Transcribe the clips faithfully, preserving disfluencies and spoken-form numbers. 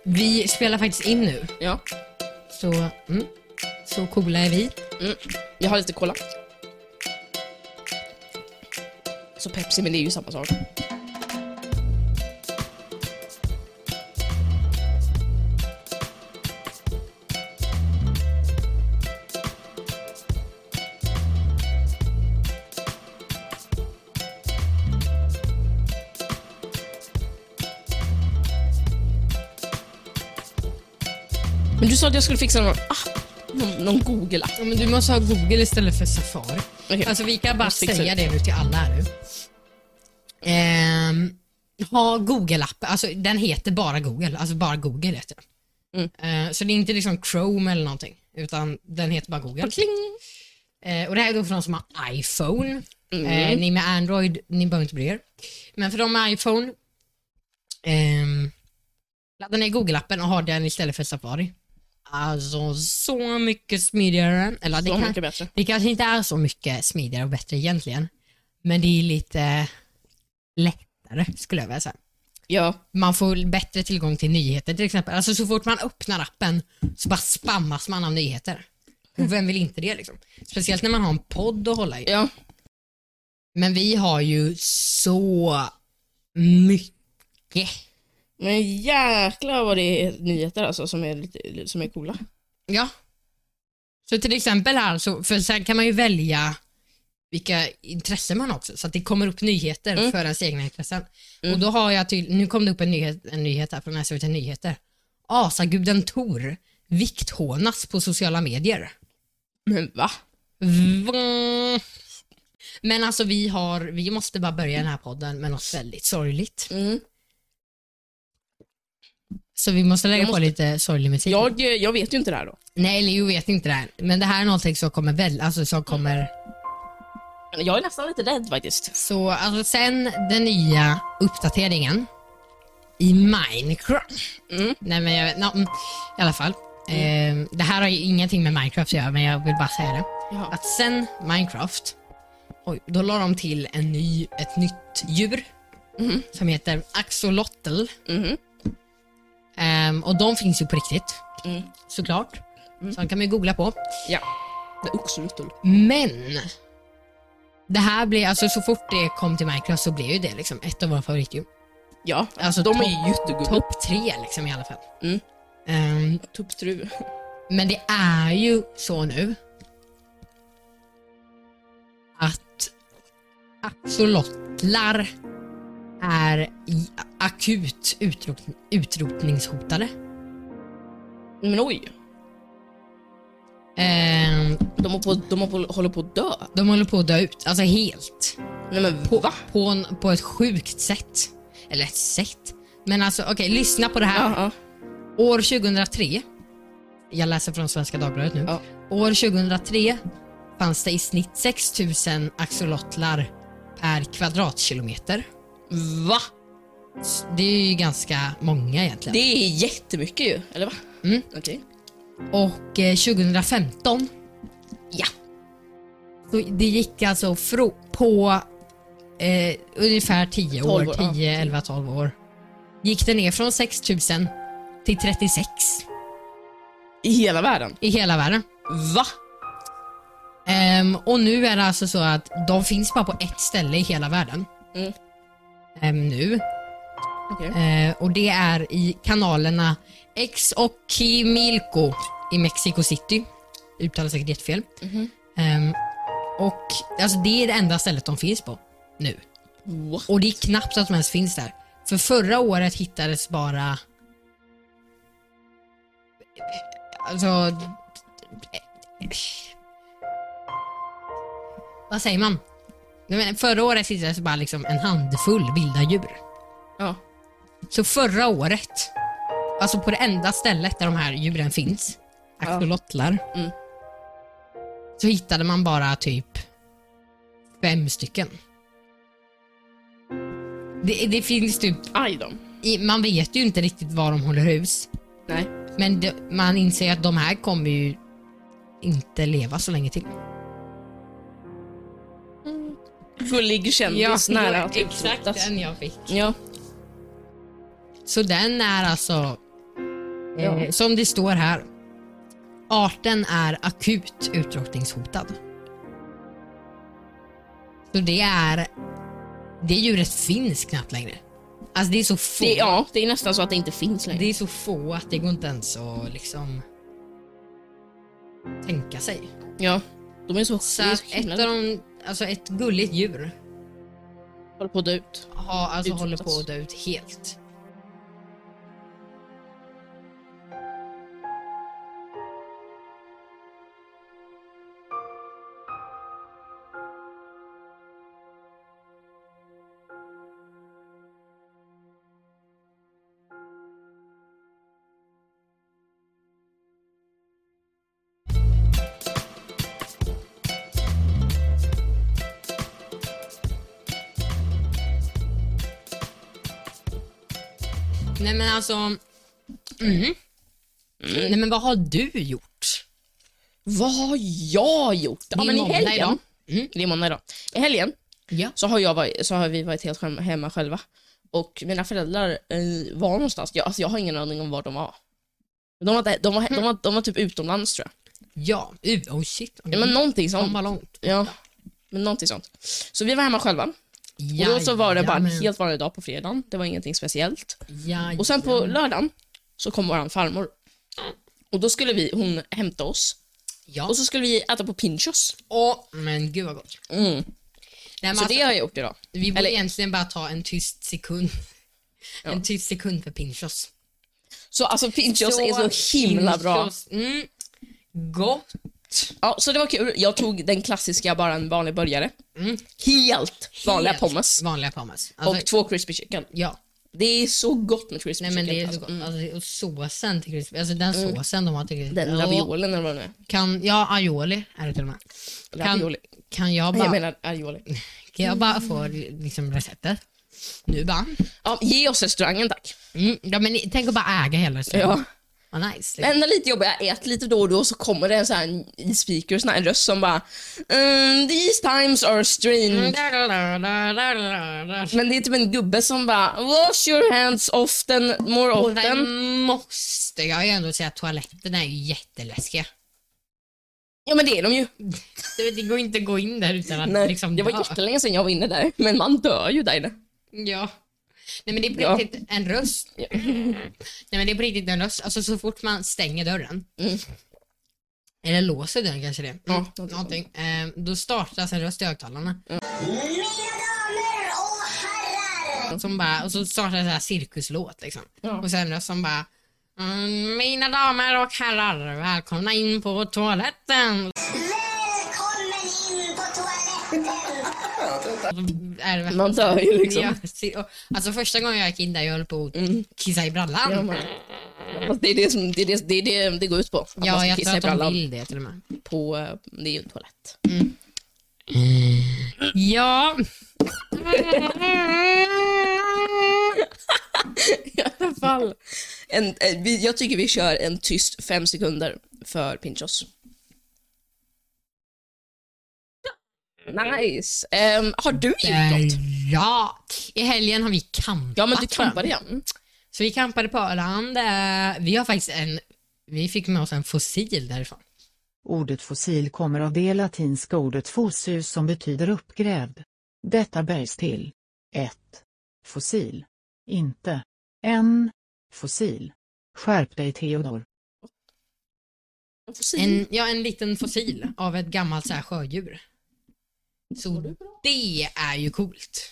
Vi spelar faktiskt in nu. Ja. Så, mm, så coola är vi. Mm. Jag har lite cola. Så Pepsi, men det är ju samma sak. Men du sa att jag skulle fixa någon app, någon, någon Google-app. Ja, men du måste ha Google istället för Safari. Okay. Alltså vi kan bara säga det nu till alla här nu. Ehm, ha Google-app, alltså den heter bara Google, alltså bara Google heter den. Mm. Ehm, så det är inte liksom Chrome eller någonting, utan den heter bara Google. Ehm, och det här är då för de som har iPhone. Mm. Ehm, ni med Android, ni behöver inte bry er. Men för de med iPhone, ehm, ladda ner Google-appen och ha den istället för Safari. Alltså så mycket smidigare. Eller det, så kan, mycket bättre. Det kanske inte är så mycket smidigare och bättre egentligen. Men det är lite lättare skulle jag vilja säga. Ja. Man får bättre tillgång till nyheter till exempel. Alltså så fort man öppnar appen så bara spammas man av nyheter. Och vem vill inte det liksom? Speciellt när man har en podd att hålla i. Ja. Men vi har ju så mycket. Men jäklar vad det är nyheter alltså som är lite som är coola. Ja. Så till exempel här så för sen kan man ju välja vilka intressen man har också så att det kommer upp nyheter mm. för ens egna intressen. Mm. Och då har jag till nu kom det upp en nyhet en nyhet här från S V T Nyheter. Asaguden Tor vikthånas på sociala medier. Men va? va? Men alltså vi har vi måste bara börja den här podden med något väldigt sorgligt. Mm. Så vi måste lägga måste... på lite sorglig musik. Jag, jag vet ju inte det här då. Nej, eller jag vet inte det här. Men det här är någonting som kommer väl, alltså som kommer... Jag är nästan lite rädd faktiskt. Så alltså sen den nya uppdateringen i Minecraft. Mm. Nej men jag vet, no, i alla fall. Mm. Eh, det här har ju ingenting med Minecraft att göra, men jag vill bara säga det. Jaha. Att sen Minecraft, oj, då la de till en ny, ett nytt djur mm. som heter Axolotl. Mm. Um, och de finns ju på riktigt mm. såklart mm. så kan man ju googla på. Ja, det är Axolotl. Men det här blir, alltså så fort det kom till Minecraft så blev ju det liksom ett av våra favoritdjur. Ja, alltså de top, är ju jättegulliga. Topp tre liksom i alla fall. Mm. Um, Topp tre. Men det är ju så nu att axolotlar är i akut utrot, utrotningshotade. Men oj. Eh, de, har på, de har på, håller på att dö. De håller på att dö ut, alltså helt. Nej, men på, va? På, en, på ett sjukt sätt. Eller ett sätt. Men alltså, okej, okay, lyssna på det här. Uh-huh. År tjugohundratre, jag läser från Svenska Dagbladet nu. Uh. År tjugohundratre fanns det i snitt sex tusen axolotlar per kvadratkilometer. Va? Det är ju ganska många egentligen. Det är jättemycket ju, eller va? Mm. Okej. Okay. Och eh, tjugohundrafemton, ja. Så det gick alltså fro- på eh, ungefär tio år, tio, elva, tolv år. Gick det ner från sex tusen till trettiosex. I hela världen? I hela världen. Va? Um, och nu är det alltså så att de finns bara på ett ställe i hela världen. Mm. Um, nu. Okay. Uh, och det är i kanalerna Xochimilco i Mexico City. Uttalar säkert jättefel. Mm-hmm. Um, och alltså det är det enda stället de finns på nu. What? Och det är knappt att de ens finns där. För förra året hittades bara alltså vad säger man? Jag menar, förra året hittades bara liksom en handfull vilda djur. Ja. Så förra året, alltså på det enda stället där de här djuren finns, axolotlar, ja. mm. så hittade man bara typ fem stycken. Det, det finns typ... Aj då. I, man vet ju inte riktigt var de håller hus. Nej. Men det, man inser att de här kommer ju inte leva så länge till. Mm. Gullig kändis ja, nära att exakt den jag fick. Ja. Så den är alltså Ja. Eh, som det står här. Arten är akut utrotningshotad. Så det är... Det djuret finns knappt längre. Alltså det är så få. Det, ja, det är nästan så att det inte finns längre. Det är så få att det går inte ens att liksom... tänka sig. Ja, de är så... Så det är att så ett himla- av de... Alltså ett gulligt djur håller på att dö ut. har, alltså Utrotas. håller på att dö ut helt. Nej men alltså... Mm. Mm. Nej men vad har du gjort? Vad har jag gjort? Ja, Det är men i måndag helgen. idag. Mm. Det är måndag idag. I helgen Ja. så har, jag varit, så har vi varit helt själva- hemma själva. Och mina föräldrar eh, var någonstans. Jag, alltså, jag har ingen aning om var de var. De var, de var, de var, de var typ utomlands tror jag. Ja. Uh, oh shit. Ja, men någonting Fan sånt. vad långt. Ja, men någonting sånt. Så vi var hemma själva. Ja, och då så var det bara en men- helt vanlig dag på fredagen. Det var ingenting speciellt. Ja, Och sen på ja. lördagen så kom våran farmor. Och då skulle vi, hon hämta oss. Ja. Och så skulle vi äta på Pinchos. Åh, men gud vad gott. Mm. Nej, men Så alltså, det har jag gjort idag. vi borde eller- egentligen bara ta en tyst sekund. Ja. En tyst sekund för Pinchos. Så alltså Pinchos är så himla bra. Pinchos, Mm, gott. Ja, så det var kul. Jag tog den klassiska, bara en vanlig burgare. Mm. Helt vanliga Helt pommes. Vanliga pommes. Alltså, Och två crispy chicken. ja. Det är så gott med crispy Nej men chicken. det är så alltså. gott. Mm. Alltså, och såsen till crispy. Alltså den såsen de har till crispy. Den Ja, raviolen eller vad det är. Kan, ja, aioli är det till och med. Kan, Ravioli. kan jag Nej, jag bara, menar aioli. kan jag bara få liksom receptet? Nu bara. Ja, ge oss restaurangen tack. Mm, ja, men tänk att bara äga hela restaurangen. Ja. Vad nice. Det enda lite jobbiga är att lite då och då så kommer det en sån här i speaker, sån här röst som bara mm, these times are strange. Men det är typ en gubbe som bara wash your hands often, more Och often. den måste jag ju ändå säga att toaletterna är ju jätteläskiga. Ja men det är de ju. Det, det går inte att gå in där utan att Nej, liksom det var dö. jättelänge sedan jag var inne där, men man dör ju där inne. Ja. Nej men det är på Ja. riktigt en röst. Nej men det är på riktigt en röst. Alltså så fort man stänger dörren. Mm. Eller låser dörren kanske det. Ja, Mm, någonting någonting. Eh, då startas en röst i högtalarna. Mina damer och herrar! Som bara, och så startar en sån här cirkuslåt liksom. Ja. Och sen en röst som bara mm, mina damer och herrar, välkomna in på toaletten. Välkommen in på toaletten! Är det Man dör ju liksom. Ja, se- och- alltså första gången jag gick in där jag höll på att Mm. kissa i brallan. Ja, man. Fast det är det som det, är det, det, är det, det går ut på. Att man Ja, ska jag kissa tror i att de brallan vill det till och med. på, eh, det är ju en toalett. Ja. I alla fall. En, en, vi, jag tycker vi kör en tyst fem sekunder för Pinchos. Nice. Ehm, har du gjort något? Ja. I helgen har vi campat. Ja, men du campade ja. Mm. Så vi campade på Öland. Eh, Vi har faktiskt en... Vi fick med oss en fossil därifrån. Ordet fossil kommer av det latinska ordet fossus som betyder uppgrävd. Detta bergs till ett fossil, inte en fossil. Skärp dig Theodor. En fossil. En, ja, en liten fossil av ett gammalt så här sjödjur. Så det är ju coolt.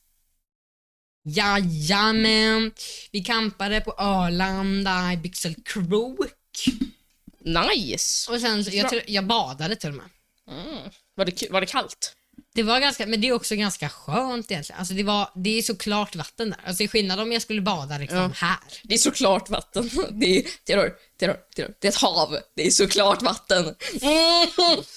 Jajamän. Vi campade på Arlanda i Byxelkrok. Nice. Och sen så, jag, tror, jag badade till och med. Mm. Var, det, ku- var det kallt? Det var ganska, men det är också ganska skönt egentligen. Alltså det, var, det är så klart vatten där. Alltså det är skillnad om jag skulle bada liksom Ja. här. Det är såklart vatten. Det är, terror, terror, terror. Det är ett hav. Det är såklart vatten. Mm.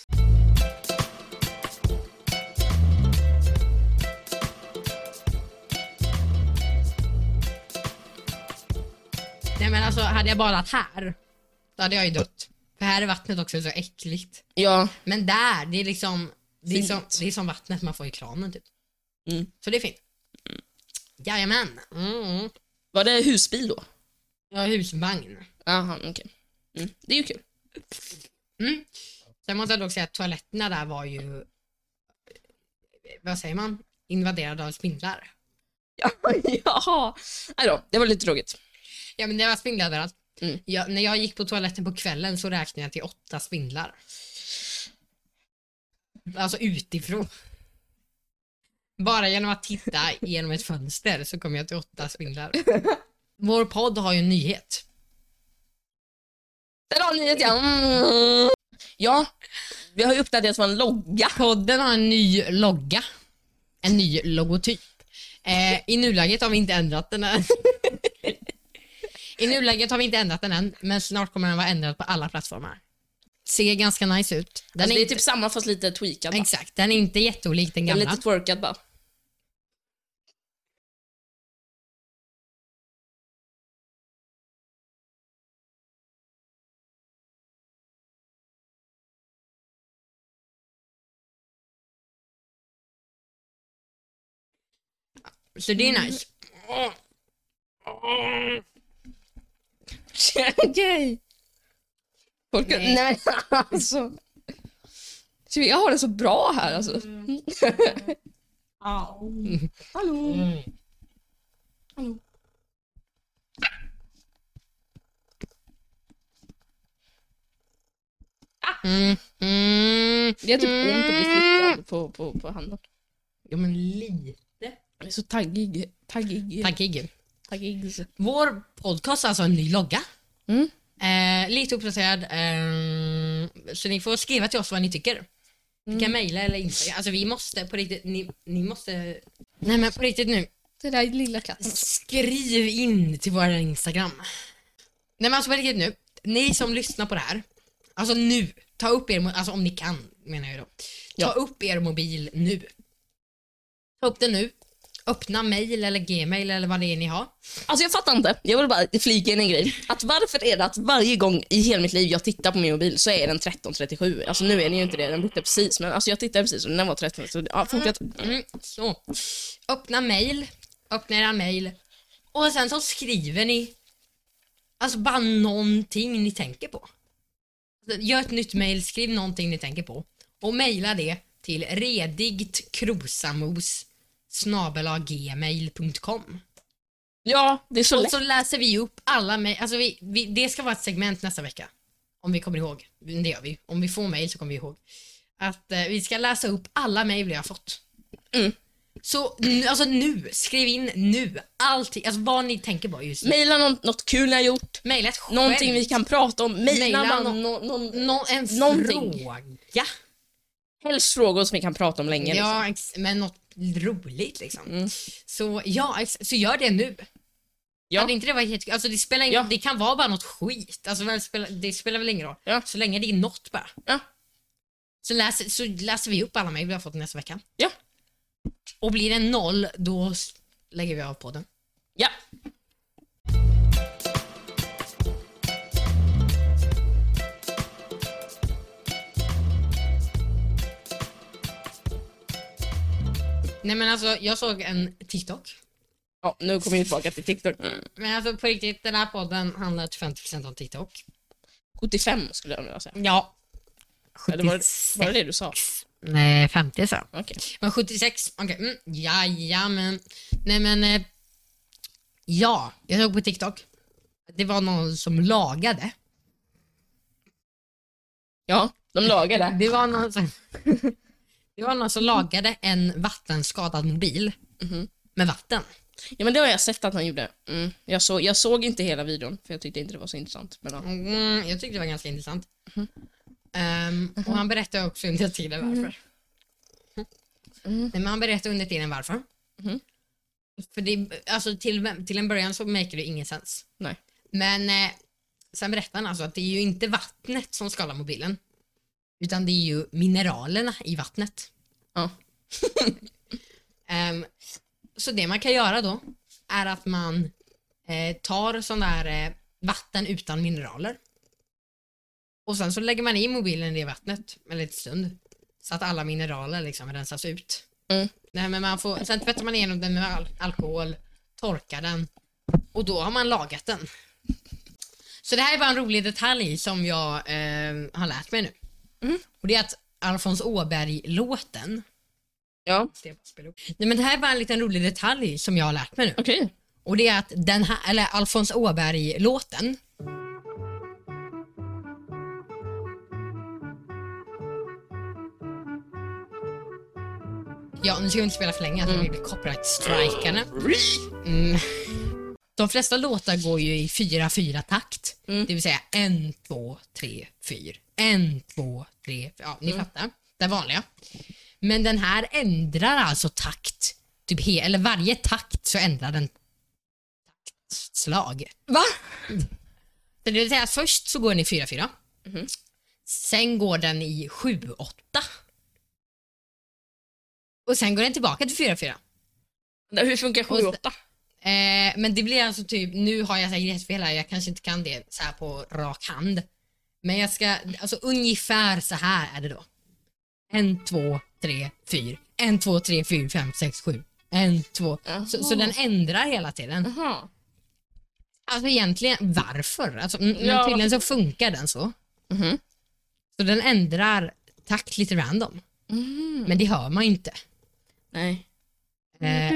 Nej men alltså hade jag badat här, då hade jag ju dött. För här är vattnet också så äckligt. Ja. Men där, det är liksom, det är, Fint. som, det är som vattnet man får i kranen typ. Mm. Så det är fint. Jajamän. Mm. Var det husbil då? Jag har husvagn. Aha, okej. Okay. Mm. Det är ju kul. Mm. Sen måste jag dock säga att toaletterna där var ju, vad säger man, invaderade av spindlar. Ja, jaha. Nej då, det var lite tråkigt. Ja, men det var spindlar överallt. Mm. Jag, när jag gick på toaletten på kvällen så räknade jag till åtta spindlar. Alltså utifrån. Bara genom att titta genom ett fönster så kom jag till åtta spindlar. Vår podd har ju en nyhet. Den har nyhet, ja. Mm. Ja, vi har ju uppdaterat vår logga. Podden har en ny logga. En ny logotyp. Eh, I nuläget har vi inte ändrat den än. I nuläget har vi inte ändrat den än, men snart kommer den vara ändrad på alla plattformar. Ser ganska nice ut. Den Alltså, är det är inte... typ samma fast lite tweakad. Bara. Exakt, den är inte jätteolik den Den är gamla. lite twerkad bara. Så det är nice. Okej. Folk, nej. nej men alltså. Så jag har det så bra här alltså. Mm. Hallå. Mm. Hallå. Mm. Mm. Det är typ ont att bli slickad på, på, på handen. Ja, men lite. Jag är så taggig. Taggig. Tackig. Taggig. Vår podcast har alltså en ny logga. Mm. Eh, lite uppdaterad. Eh, så ni får skriva till oss vad ni tycker. Ni kan mejla eller Instagram. Alltså vi måste på riktigt, ni, ni måste... Nej men på riktigt nu. Det där lilla katten. Skriv in till vår Instagram. Nej men alltså på riktigt nu. Ni som lyssnar på det här. Alltså nu. Ta upp er, alltså om ni kan menar jag då. Ta Ja. upp er mobil nu. Ta upp den nu. Öppna mail eller gmail eller vad det är ni har. Alltså jag fattar inte. Jag vill bara flika in en grej. Att varför är det att varje gång i hela mitt liv jag tittar på min mobil så är den tretton trettiosju. Alltså nu är den ju inte det. Den bytte precis. Men alltså jag tittade precis och den var tretton. Så ja, funkat. Mm, så. Öppna mail. Öppna era mail. Och sen så skriver ni alltså bara någonting ni tänker på. Gör ett nytt mail, skriv någonting ni tänker på. Och mejla det till redigtkrossamos snabel-a gmail punkt com. Ja, det är så Och lätt. så läser vi upp alla mejl. Alltså vi, vi, det ska vara ett segment nästa vecka. Om vi kommer ihåg. Det gör vi. Om vi får mejl så kommer vi ihåg. Att eh, vi ska läsa upp alla mejl vi har fått. Mm. Så n- alltså nu, skriv in nu. Allting, alltså vad ni tänker på just nu. Maila något, något kul ni har gjort. Mejla ett skämt. Någonting vi kan prata om. Maila Maila någon, nå- någon, någon, Nå- en någonting. fråga. helst frågor som vi kan prata om länge. Ja, ex- men något roligt liksom. Mm. Så ja, ex- så gör det nu. Ja. Hade inte det varit helt, alltså det spelar ingen, Ja. det kan vara bara något skit. Alltså väl spelar, det spelar väl ingen roll. Ja. Så länge det är något bara. Ja. Så läser, så läser vi upp alla mejl vi har fått nästa vecka. Ja. Och blir det noll, då s- lägger vi av på den. Ja. Nej men alltså, jag såg en TikTok. Ja, nu kommer vi tillbaka till TikTok. Men alltså på riktigt, den här podden handlar till femtio procent om TikTok. sjuttiofem skulle jag vilja säga. Ja. Eller var det, var det det du sa? Nej, femtio så. Okej. Men sjuttiosex, okej. Okay. Mm, jajamän. Nej men, eh, ja, jag såg på TikTok. Det var någon som lagade. Ja, de lagade. Det var någon som, det var någon som lagade en vattenskadad mobil Mhm. med vatten. Ja, men det har jag sett att han gjorde. Mm. Jag, så, jag såg inte hela videon, för jag tyckte inte det var så intressant. Men, ja. Mm, jag tyckte det var ganska intressant. Mhm. Ehm, och han berättade också under tiden varför. Mm. Nej, men han berättade under tiden varför. Mhm. För det, alltså till, till en början så make det ingen sens. Nej. Men eh, sen berättade han alltså att det är ju inte vattnet som skadar mobilen. Utan det är ju mineralerna i vattnet. Ja. Ehm, så det man kan göra då är att man eh, tar sån där eh, vatten utan mineraler. Och sen så lägger man i mobilen i det vattnet en liten stund. Så att alla mineraler liksom rensas ut. Mm. Nej, men man får, sen tvättar man igenom den med al- alkohol, torkar den och då har man lagat den. Så det här är bara en rolig detalj som jag eh, har lärt mig nu. Mm. Och det är att Alfons Åberg-låten... Ja, Nej, men det här är bara en liten rolig detalj som jag har lärt mig nu. okej. Och det är att den här, eller Alfons Åberg-låten... Ja, nu ska vi inte spela för länge, alltså vi blir copyright-strikade. Mm. De flesta låtar går ju i fyra fyra takt. Mm. Det vill säga en, två, tre, fyra. En, två, tre, fyra. Ja, ni Mm. fattar. Det vanliga. Men den här ändrar alltså takt. Typ he- eller varje takt så ändrar den taktslag. Va? Så det vill säga att först så går den i fyra fyra. Mhm. Sen går den i sju åtta. Och sen går den tillbaka till fyra fyra. Hur funkar sju åtta? Eh, men det blir alltså typ, nu har jag säkert jättefel här, jag kanske inte kan det så här på rak hand. Men jag ska, alltså ungefär så här är det då. En, två, tre, fyra. En, två, tre, fyra, fem, sex, sju. En, två. Så, så den ändrar hela tiden. Jaha. Alltså egentligen, varför? Alltså, mm, men Ja. tydligen så funkar den så. Mhm. Så den ändrar takt lite random. Mm. Men det hör man inte. Nej. Eh,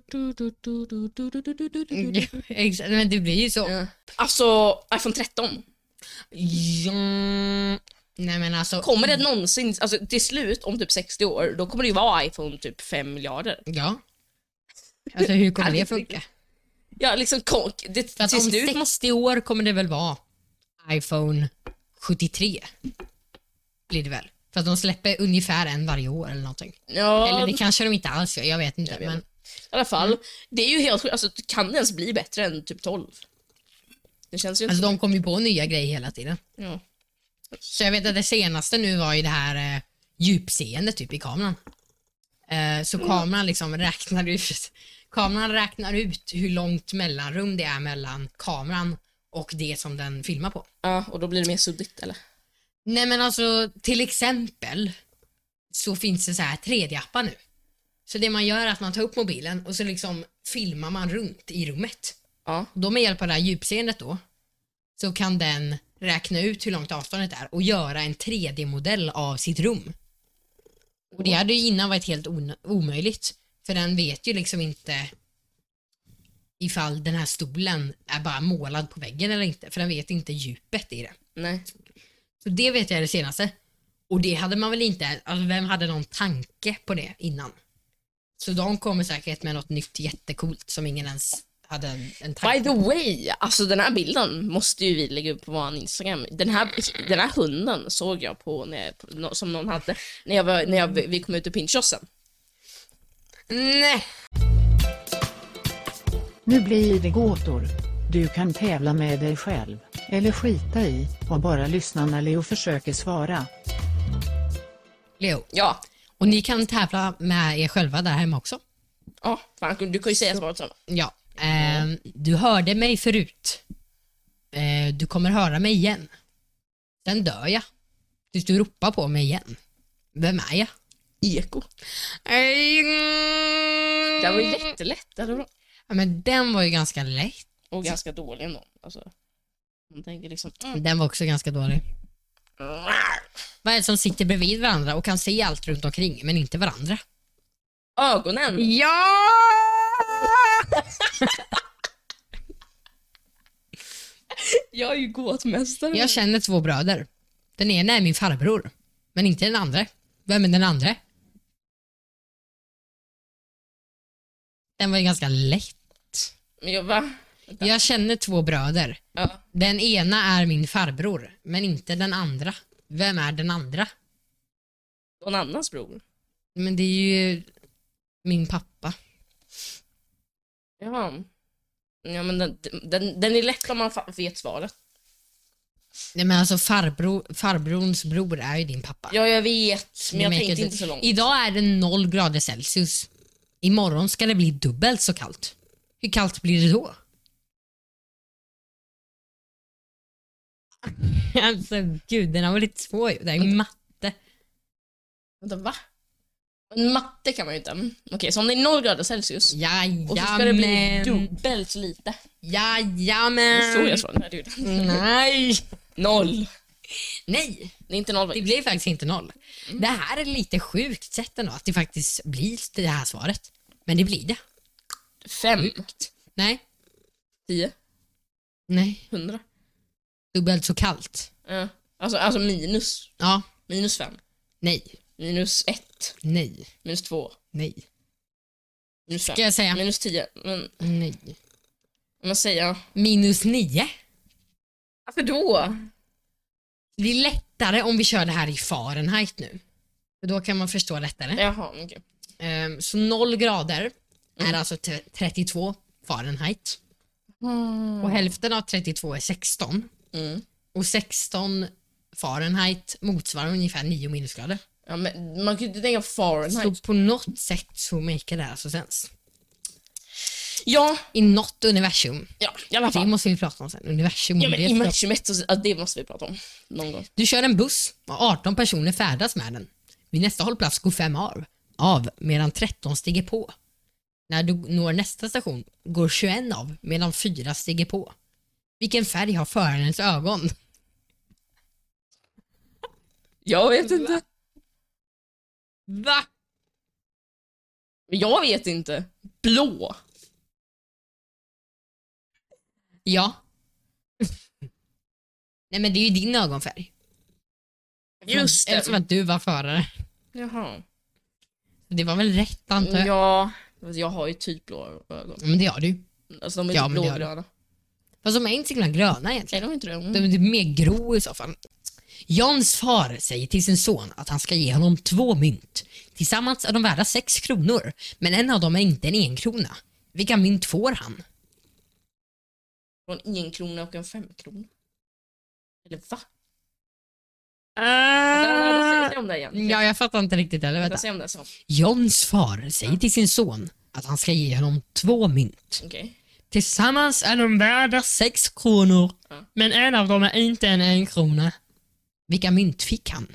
exakt, men det blir ju så. Ja. Alltså, iPhone tretton. Ja, nej men alltså. Kommer det någonsin, alltså till slut om typ sextio år, då kommer det ju vara iPhone typ fem miljarder. Ja. Alltså hur kommer det funka? Ja, liksom kom, det, För att till om slut måste... sextio år kommer det väl vara iPhone sjuttiotre. Blir det väl. För att de släpper ungefär en varje år eller någonting. Ja, Eller det kanske de inte alls gör, jag vet inte. Jag vet. Men i alla fall. Det är ju helt sjukt, alltså kan det ens bli bättre än typ tolv? Det känns ju inte alltså så. de kommer ju på nya grejer hela tiden. Ja. Så jag vet att det senaste nu var ju det här eh, djupseende typ i kameran. Eh, så kameran liksom räknar ut kameran räknar ut hur långt mellanrum det är mellan kameran och det som den filmar på. Ja, och då blir det mer suddigt eller? Nej men alltså till exempel så finns det så här tre D-appar nu. Så det man gör är att man tar upp mobilen och så liksom filmar man runt i rummet. Ja. Och då med hjälp av det här djupseendet då så kan den räkna ut hur långt avståndet är och göra en tre D-modell av sitt rum. Och det hade ju innan varit helt on- omöjligt. För den vet ju liksom inte ifall den här stolen är bara målad på väggen eller inte. För den vet inte djupet i det. Nej. Så det vet jag är det senaste. Och det hade man väl inte, alltså vem hade någon tanke på det innan? Så de kommer säkert med något nytt jättekult som ingen ens hade en, en tanke By the way, alltså den här bilden måste ju vi lägga upp på vår Instagram. Den här, den här hunden såg jag på, när jag, på som någon hade när, jag var, när jag, vi kom ut ur pinchossen. Nej. Nu blir det gåtor. Du kan tävla med dig själv, eller skita i, och bara lyssna när Leo försöker svara. Leo. Ja. Och ni kan tävla med er själva där hemma också. Ja, fan, du kan ju säga svaret sen. Ja. Ehm, du hörde mig förut. Ehm, du kommer höra mig igen. Sen dör jag. Tills du ropar på mig igen. Vem är jag? Eko. Det var ju jättelätt, eller? Ja, men den var ju ganska lätt. Och ganska dålig ändå. Alltså, man tänker liksom... Mm. Den var också ganska dålig. Vad är det som sitter bredvid varandra och kan se allt runt omkring men inte varandra? Ögonen! Ja! Jag är ju gåtmästare. Jag känner två bröder. Den ena är min farbror, men inte den andra. Vem är den andra? Den var ju ganska lätt. Men jag, va? Jag känner två bröder. Ja. Den ena är min farbror, men inte den andra. Vem är den andra? Någon annans bror. Men det är ju min pappa. Ja. Ja, men den, den, den är lätt om man fa- vet svaret. Nej men alltså farbror, farbrorns bror är ju din pappa. Ja, jag vet. Men jag Det tänkte märker inte du. så långt. Idag är det noll grader Celsius. Imorgon ska det bli dubbelt så kallt. Hur kallt blir det då? Alltså gud, den har varit svår. Det är ju matte. Vänta, va? Men matte kan man ju inte. Okej, okay, så om det är noll grader Celsius Jajamän. och så ska det bli dubbelt så lite. Jajamän. Så jag sa den här dude. Nej. Noll. Nej. Det är inte noll. Det blir faktiskt inte noll. Mm. Det här är lite sjukt sätt ändå att det faktiskt blir det här svaret. Men det blir det. Fem. Sjukt. Nej. Tio. Nej. Hundra. Dubbelt så kallt. Ja. Alltså, alltså minus. Ja. Minus fem. Nej. Minus ett. Nej. Minus två. Nej. Minus fem. Ska jag säga? Minus tio. Men Nej. om man säger... Minus nio. Varför då? Det blir lättare om vi kör det här i Fahrenheit nu. För då kan man förstå lättare. Jaha, okej. Okay. Um, så noll grader Mm. är alltså t- trettiotvå Fahrenheit. Mm. Och hälften av trettiotvå är sexton. Mm. Och sexton Fahrenheit motsvarar ungefär nio minusgrader. Ja, men man kan ju inte tänka Fahrenheit. Så på något sätt så make det alltså sens. Ja. I något universum. Ja, i alla Det fall. måste vi prata om sen. Universum. Ja, men det, i universumet, ja, det måste vi prata om någon gång. Du kör en buss och arton personer färdas med den. Vid nästa hållplats går fem av, av medan tretton stiger på. När du når nästa station går tjugoett av medan fyra stiger på. Vilken färg har förarens ögon? Jag vet inte. Va? Jag vet inte. Blå. Ja. Nej, men det är ju din ögonfärg. Just det. Eftersom att du var förare. Jaha. Det var väl rätt antar jag. Ja, jag har ju typ blå ögon. Men det har du. Alltså de är Ja, typ men det har blågröna. Fast de är inte så himla gröna Nej, egentligen. de är inte det. De är typ mer grå i så fall. Johns far säger till sin son att han ska ge honom två mynt. Tillsammans är de värda sex kronor, men en av dem är inte en enkrona. Vilka mynt får han? En en krona och en fem krona. Eller va? Uh, Säg om det igen. ja, jag fattar inte riktigt heller. Jag Vänta. säger om det så. Johns far säger till sin son att han ska ge honom två mynt. Okej. Tillsammans är de värda sex kronor, Ja. men en av dem är inte en enkrona. Vilka mynt fick han?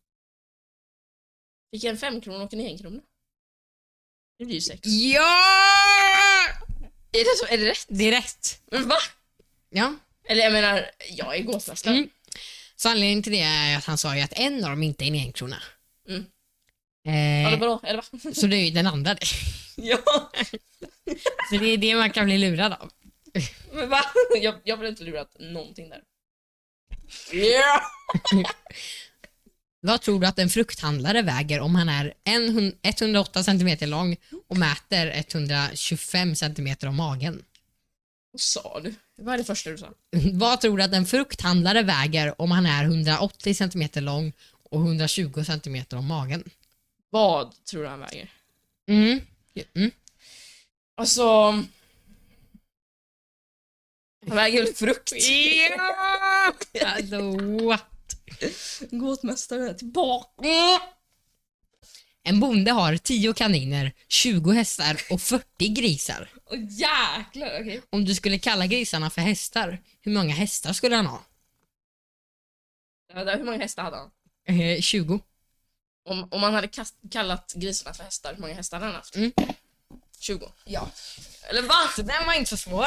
Fick jag en fem krona och en en krona? Det blir ju sex. Ja! Är det så? Är det rätt? Det är rätt. Men va? Ja. Eller jag menar, jag är gåsmästare. Mm. Så anledningen till det är att han sa ju att en av dem inte är en enkrona. Mm. Eh, Eller vadå? Eller va? så det är ju den andra det. Ja. Så det är det man kan bli lurad av. Men va? Jag, jag vill inte lurat någonting där. Yeah. Vad tror du att en frukthandlare väger om han är en- etthundraåtta centimeter lång och mäter etthundratjugofem centimeter om magen? Vad sa du? Vad är det första du sa? Vad tror du att en frukthandlare väger om han är hundraåttio centimeter lång och hundratjugo centimeter om magen? Vad tror du han väger? Mm. Mm. Alltså... Han väger väl frukt? Ja! Alltså, what? Gåtmästare tillbaka. En bonde har tio kaniner, tjugo hästar och fyrtio grisar. Åh jäklar, okej. Om du skulle kalla grisarna för hästar, hur många hästar skulle han ha? Okay. Hur många hästar hade han? Eh, tjugo. Om, om man hade kast, kallat grisarna för hästar, hur många hästar hade han haft? Mm. tjugo. Ja. Eller va? Så den var inte så svår.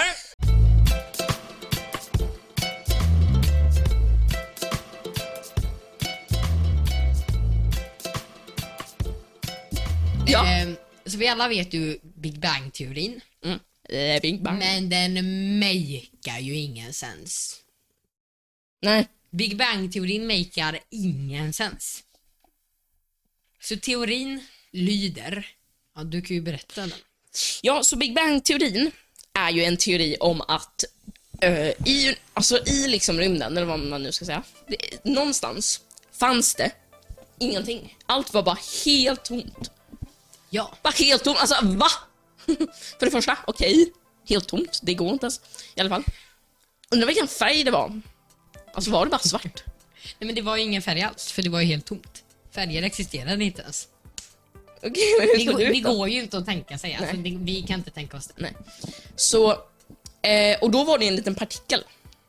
Ja. Eh, så vi alla vet ju Big Bang-teorin. Mm. Eh, Big Bang. Men den makear ju ingen sens. Nej. Big Bang-teorin makear ingen sens. Så teorin lyder... Ja, du kan ju berätta den. Ja, så Big Bang-teorin är ju en teori om att uh, i, alltså i liksom rymden, eller vad man nu ska säga, det, någonstans fanns det ingenting. Allt var bara helt tomt. Ja. Bara helt tomt, alltså va? För det första, okej, okay. Helt tomt, det går inte ens. I alla fall. Undrar vilken färg det var. Alltså var det bara svart? Nej, men det var ju ingen färg alls, för det var ju helt tomt. Färger existerade inte ens. Okej, okay, men hur Det, såg går, det det ut då? går ju inte att tänka sig. Alltså, det, vi kan inte tänka oss det. Nej. Så, eh, och då var det en liten partikel.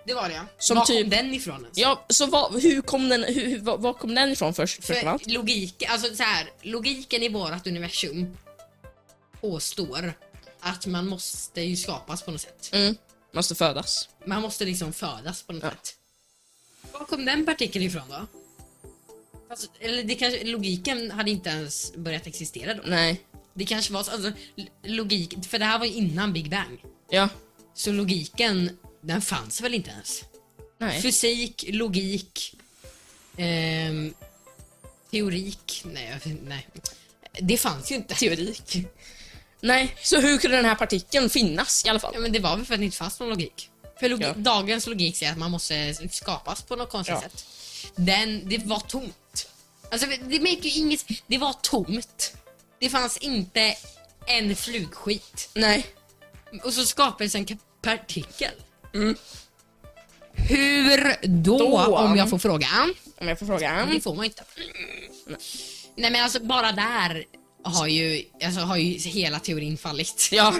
det var det ja. Som Var typ- kom den ifrån ens? Ja, så vad, hur kom den, hur, hur, vad, vad kom den ifrån först? först av allt? För logik, alltså så här, logiken i vårt universum påstår att man måste ju skapas på något sätt. Mm, måste födas. Man måste liksom födas på något Ja. sätt. Var kom den partikeln ifrån då? Alltså, eller det kanske, logiken hade inte ens börjat existera då. Nej. Det kanske var så, alltså, l- logik, för det här var ju innan Big Bang. Ja. Så logiken, den fanns väl inte ens. Nej. Fysik, logik, ehm, teorik, nej, jag- nej. Det fanns ju inte. Teorik. Nej, så hur kunde den här partikeln finnas i alla fall? Ja, men det var väl för att det inte fanns någon logik. För logi- Ja. dagens logik säger att man måste skapas på något konstigt Ja. sätt. Den, det var tomt. Alltså det märker ju inget, det var tomt. Det fanns inte en flugskit. Nej. Och så skapades en ka- partikel. Mm. Hur då, Då? om jag får fråga? Om jag får fråga. Det får man inte. Nej men alltså bara där har ju, alltså, har ju hela teorin fallit. Ja.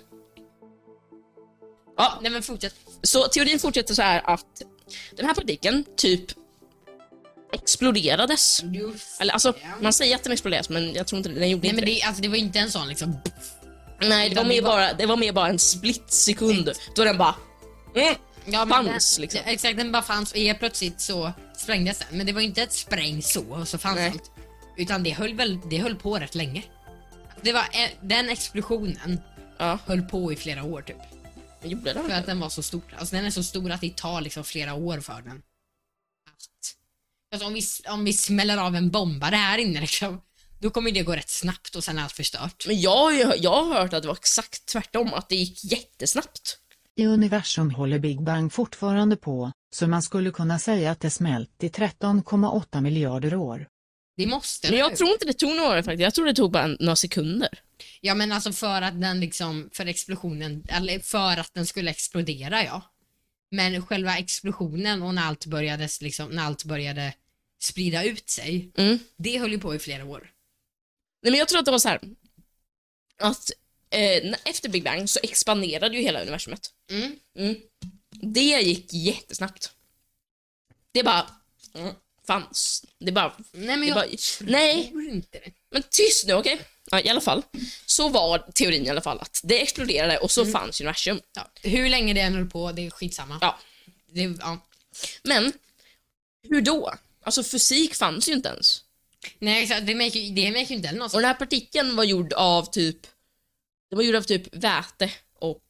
Ja, Nej men fortsätt. så teorin fortsätter så här att den här partikeln typ exploderades. Eller alltså, man säger att den exploderades, men jag tror inte det, den gjorde Nej inte men det. det, alltså, det var ju inte en sån liksom. Nej, det var, utan mer det var- bara, det var mer bara en split sekund då den bara mm, Ja, men fanns den, liksom. ja, exakt, den bara fanns och helt plötsligt så sprängdes den. Men det var ju inte ett spräng så och så fanns Nej. allt. Utan det höll väl, det höll på rätt länge. Det var en, den explosionen Ja, höll på i flera år typ. jag gjorde det. För att den var så stor. Alltså den är så stor att det tar liksom flera år för den. Att, alltså om vi, om vi smäller av en bombare här inne liksom, då kommer det gå rätt snabbt och sen är allt förstört. Men jag, har ju- jag har hört att det var exakt tvärtom, att det gick jättesnabbt. I universum håller Big Bang fortfarande på, så man skulle kunna säga att det smält i tretton komma åtta miljarder år. Det måste Men det. jag tror inte det tog några år faktiskt, jag tror det tog bara en, några sekunder. Ja men alltså för att den liksom, för explosionen, eller för att den skulle explodera ja. Men själva explosionen och när allt började liksom, när allt började sprida ut sig, Mm. det höll ju på i flera år. Nej, men jag tror att det var så här att eh, efter Big Bang så expanderade ju hela universumet. Mm. Mm. Det gick jättesnabbt. Det bara mm, fanns. Det bara... Nej men Det jag bara nej, tror inte det. men tyst nu, okej? Ja, i alla fall. Så var teorin i alla fall att det exploderade och så Mm. fanns universum. Ja, hur länge det än höll på, det är skitsamma. Ja. Det, ja. Men hur då? Alltså fysik fanns ju inte ens. Nej exakt, det märker ju det märker ju inte heller någon Och som- den här partikeln var gjord av typ... Det var gjord av typ väte och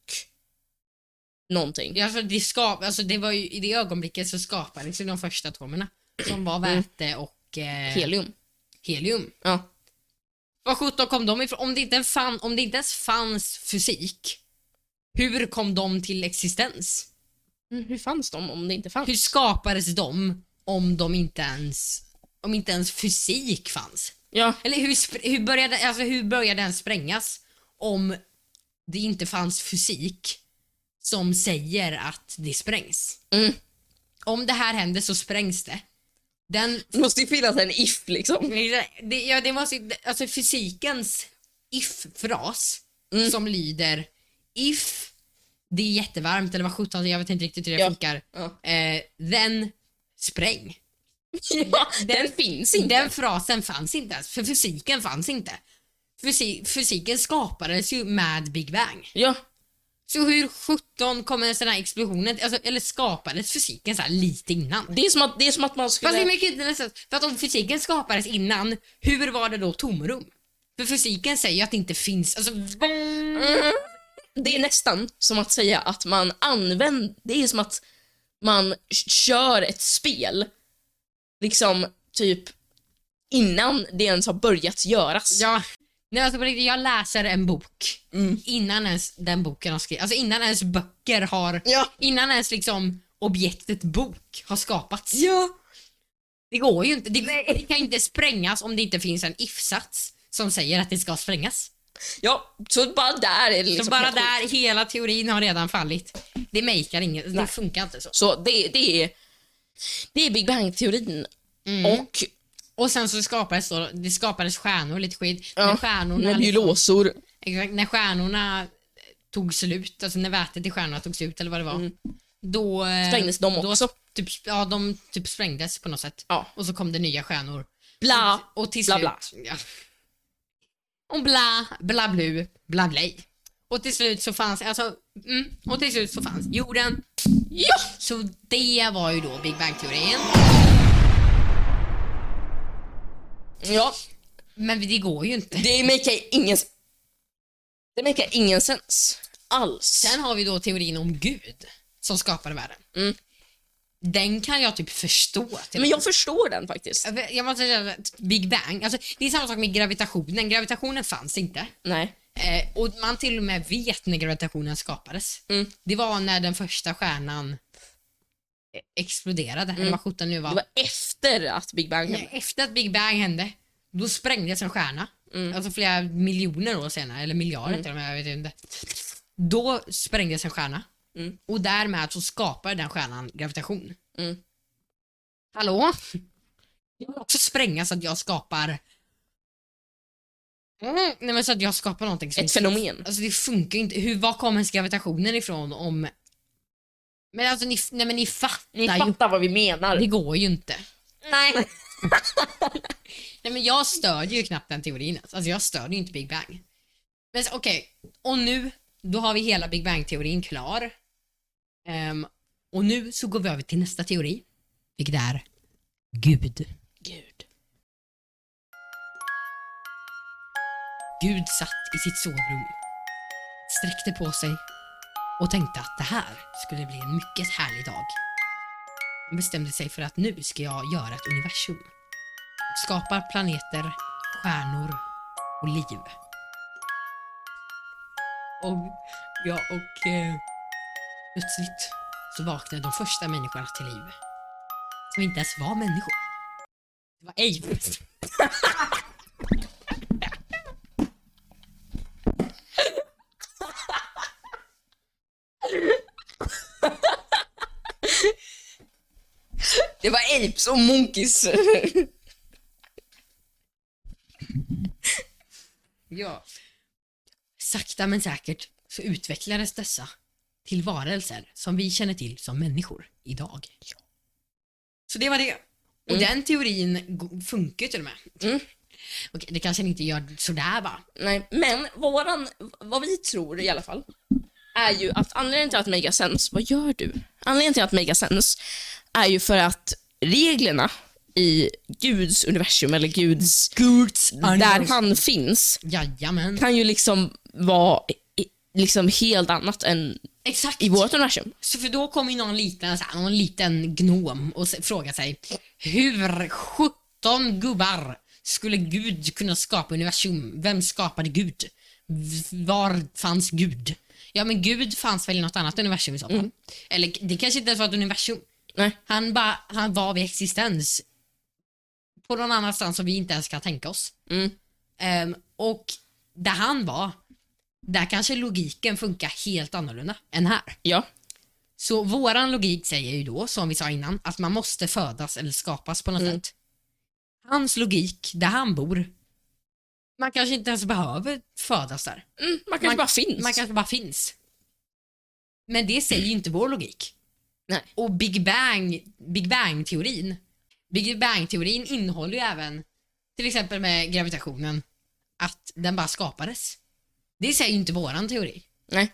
någonting. Ja, alltså, det, skap, alltså, det var ju, i det ögonblicket så skapades ju de första atomerna. Som var väte och eh, Helium. helium. Ja. Vad sjutton kom de ifrån? Om det, inte fann, om det inte ens fanns fysik, hur kom de till existens? Mm, hur fanns de om det inte fanns? Hur skapades de om de inte ens, om inte ens fysik fanns? Ja. Eller hur, spr- hur, började, alltså, hur började den sprängas om det inte fanns fysik som säger att det sprängs? Mm. Om det här händer så sprängs det. Den Det måste ju finnas en if liksom. Det, ja, det måste, alltså fysikens if-fras Mm. som lyder if det är jättevarmt eller vad sjutton, jag vet inte riktigt hur det Ja. funkar. Ja. Eh, then spräng. Ja, den, finns inte. Den frasen fanns inte ens, för fysiken fanns inte. Fysi, fysiken skapades ju med Big Bang. Ja. Så hur sjutton kommer en sån här explosionen, alltså, eller skapades fysiken så här lite innan? Det är som att, det är som att man skulle... Fast det är mycket intressant, för att om fysiken skapades innan, hur var det då tomrum? För fysiken säger ju att det inte finns, alltså Mm. Det är nästan som att säga att man använder... Det är som att man k- kör ett spel liksom typ innan det ens har börjat göras. ja, nej, alltså, på riktigt, jag läser en bok Mm. innan ens den boken har skrivits, alltså innan ens böcker har, Ja. innan ens liksom objektet bok har skapats. Ja. Det går ju inte, det, det kan ju inte sprängas om det inte finns en if-sats som säger att det ska sprängas. Ja, så bara där är det liksom Så bara helt sjukt. där, hela teorin har redan fallit. Det makear inget, det Nej. funkar inte så. Så det, det är det är Big Bang-teorin. Mm. Och Och sen så skapades då, det skapades stjärnor lite skit. ja, När stjärnorna, nebulosor. liksom, exakt, när stjärnorna tog slut, alltså när vätet i stjärnorna tog slut eller vad det var. Mm. då... eh, Sprängdes de då, också? Typ, ja, de typ sprängdes på något sätt. Ja. Och så kom det nya stjärnor. Bla, Och till bla, slut... bla. Ja. Och bla, bla, blu, bla, blej. Och till slut så fanns... Alltså, mm, och till slut så fanns jorden. Ja! Så det var ju då Big Bang-teorin. Ja, Men det går ju inte. det makar ingen... Det makar ingen sens. Alls. Sen har vi då teorin om Gud som skapade världen. Mm. Den kan jag typ förstå. Till Men jag förstår den faktiskt. Jag måste säga att Big Bang, alltså, det är samma sak med gravitationen. Gravitationen fanns inte. Nej. Eh, och man till och med vet när gravitationen skapades. Mm. Det var när den första stjärnan eh, exploderade. Eller vad sjutton nu var. Det var efter att Big Bang hände. Efter att Big Bang hände, då sprängdes en stjärna. Alltså flera miljoner år senare, eller miljarder till och med, jag vet inte. Då sprängdes en stjärna. Mm. Och därmed så skapar den stjärnan gravitation. Mm. Hallå? Jag vill också spränga så att jag skapar... Mm, nej men så att jag skapar någonting som... Ett fenomen. Alltså det funkar ju inte. Hur, var kommer ens gravitationen ifrån om... Men alltså ni, nej men ni fattar Ni ju. fattar vad vi menar. Det går ju inte. Nej. Nej men jag stödjer ju knappt den teorin. Alltså jag stödjer ju inte Big Bang. Men så, okej, och nu då har vi hela Big Bang-teorin klar. Ehm, och nu så går vi över till nästa teori. Vilket är Gud. Gud. Gud satt i sitt sovrum, sträckte på sig och tänkte att det här skulle bli en mycket härlig dag. Han bestämde sig för att nu ska jag göra ett universum. Skapar planeter, stjärnor och liv. Och ja, och eh, plötsligt så vaknade de första människorna till liv. Som inte ens var människor. Det var apes. Det var apes och monkeys. Ja. Sakta men säkert så utvecklades dessa till varelser som vi känner till som människor idag. Så det var det. Och Mm. den teorin go- funkar ju till och med. Mm. Okej, det kanske inte gör sådär va? Nej, men våran, vad vi tror i alla fall är ju att anledningen till att make sense, vad gör du? Anledningen till att make sense är ju för att reglerna i Guds universum eller Guds, Guds där han finns Jajamän. kan ju liksom vara i- liksom helt annat än Exakt. i vårt universum. Så för då kommer ju någon liten, så här, någon liten gnom och se- frågar sig hur sjutton gubbar skulle Gud kunna skapa universum? Vem skapade Gud? V- Var fanns Gud? Ja men Gud fanns väl i något annat universum i så fall. Eller det kanske inte ens var ett universum. Nej. Han, bara, han var vid existens på någon annanstans som vi inte ens kan tänka oss. Mm. Ehm, och där han var, där kanske logiken funkar helt annorlunda än här. Ja. Så våran logik säger ju då, som vi sa innan, att man måste födas eller skapas på något Mm. sätt. Hans logik, där han bor, man kanske inte ens behöver födas där. Mm, man kanske Man- bara finns. Man kanske bara finns. Men det säger ju inte vår logik. Nej. Och Big Bang, Big Bang-teorin, Big Bang-teorin innehåller ju även, till exempel med gravitationen, att den bara skapades. Det säger ju inte våran teori. Nej.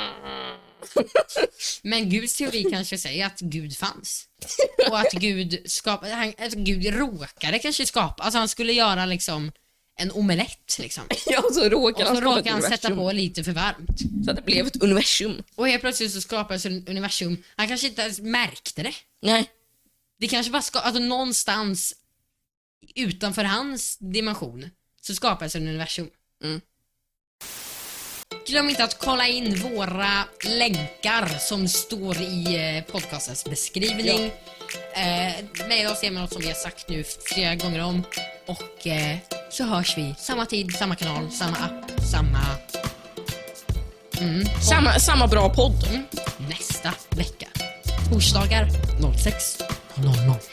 Men Guds teori kanske säger att Gud fanns. Och att Gud skapade, han, alltså Gud råkade kanske skapa, alltså han skulle göra liksom en omelett liksom. Ja, så råkar Och han så skapa ett råkade han sätta universum. på lite för varmt. Så att det blev ett universum. Och helt plötsligt så skapades ett universum. Han kanske inte ens märkte det. Nej. Det kanske bara ska, alltså någonstans utanför hans dimension så skapades ett universum. Mm. Glöm inte att kolla in våra länkar som står i eh, podcastens beskrivning. Eh, med oss med något som vi har sagt nu flera gånger om. Och eh, så hörs vi samma tid, samma kanal, samma app, samma... Mm, Samma, samma bra podd. mm, nästa vecka. Torsdagar sex noll noll.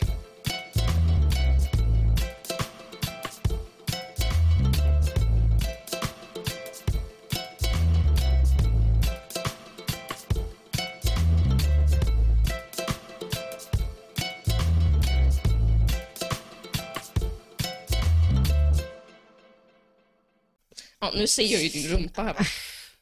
Ja, nu ser jag ju din rumpa här va.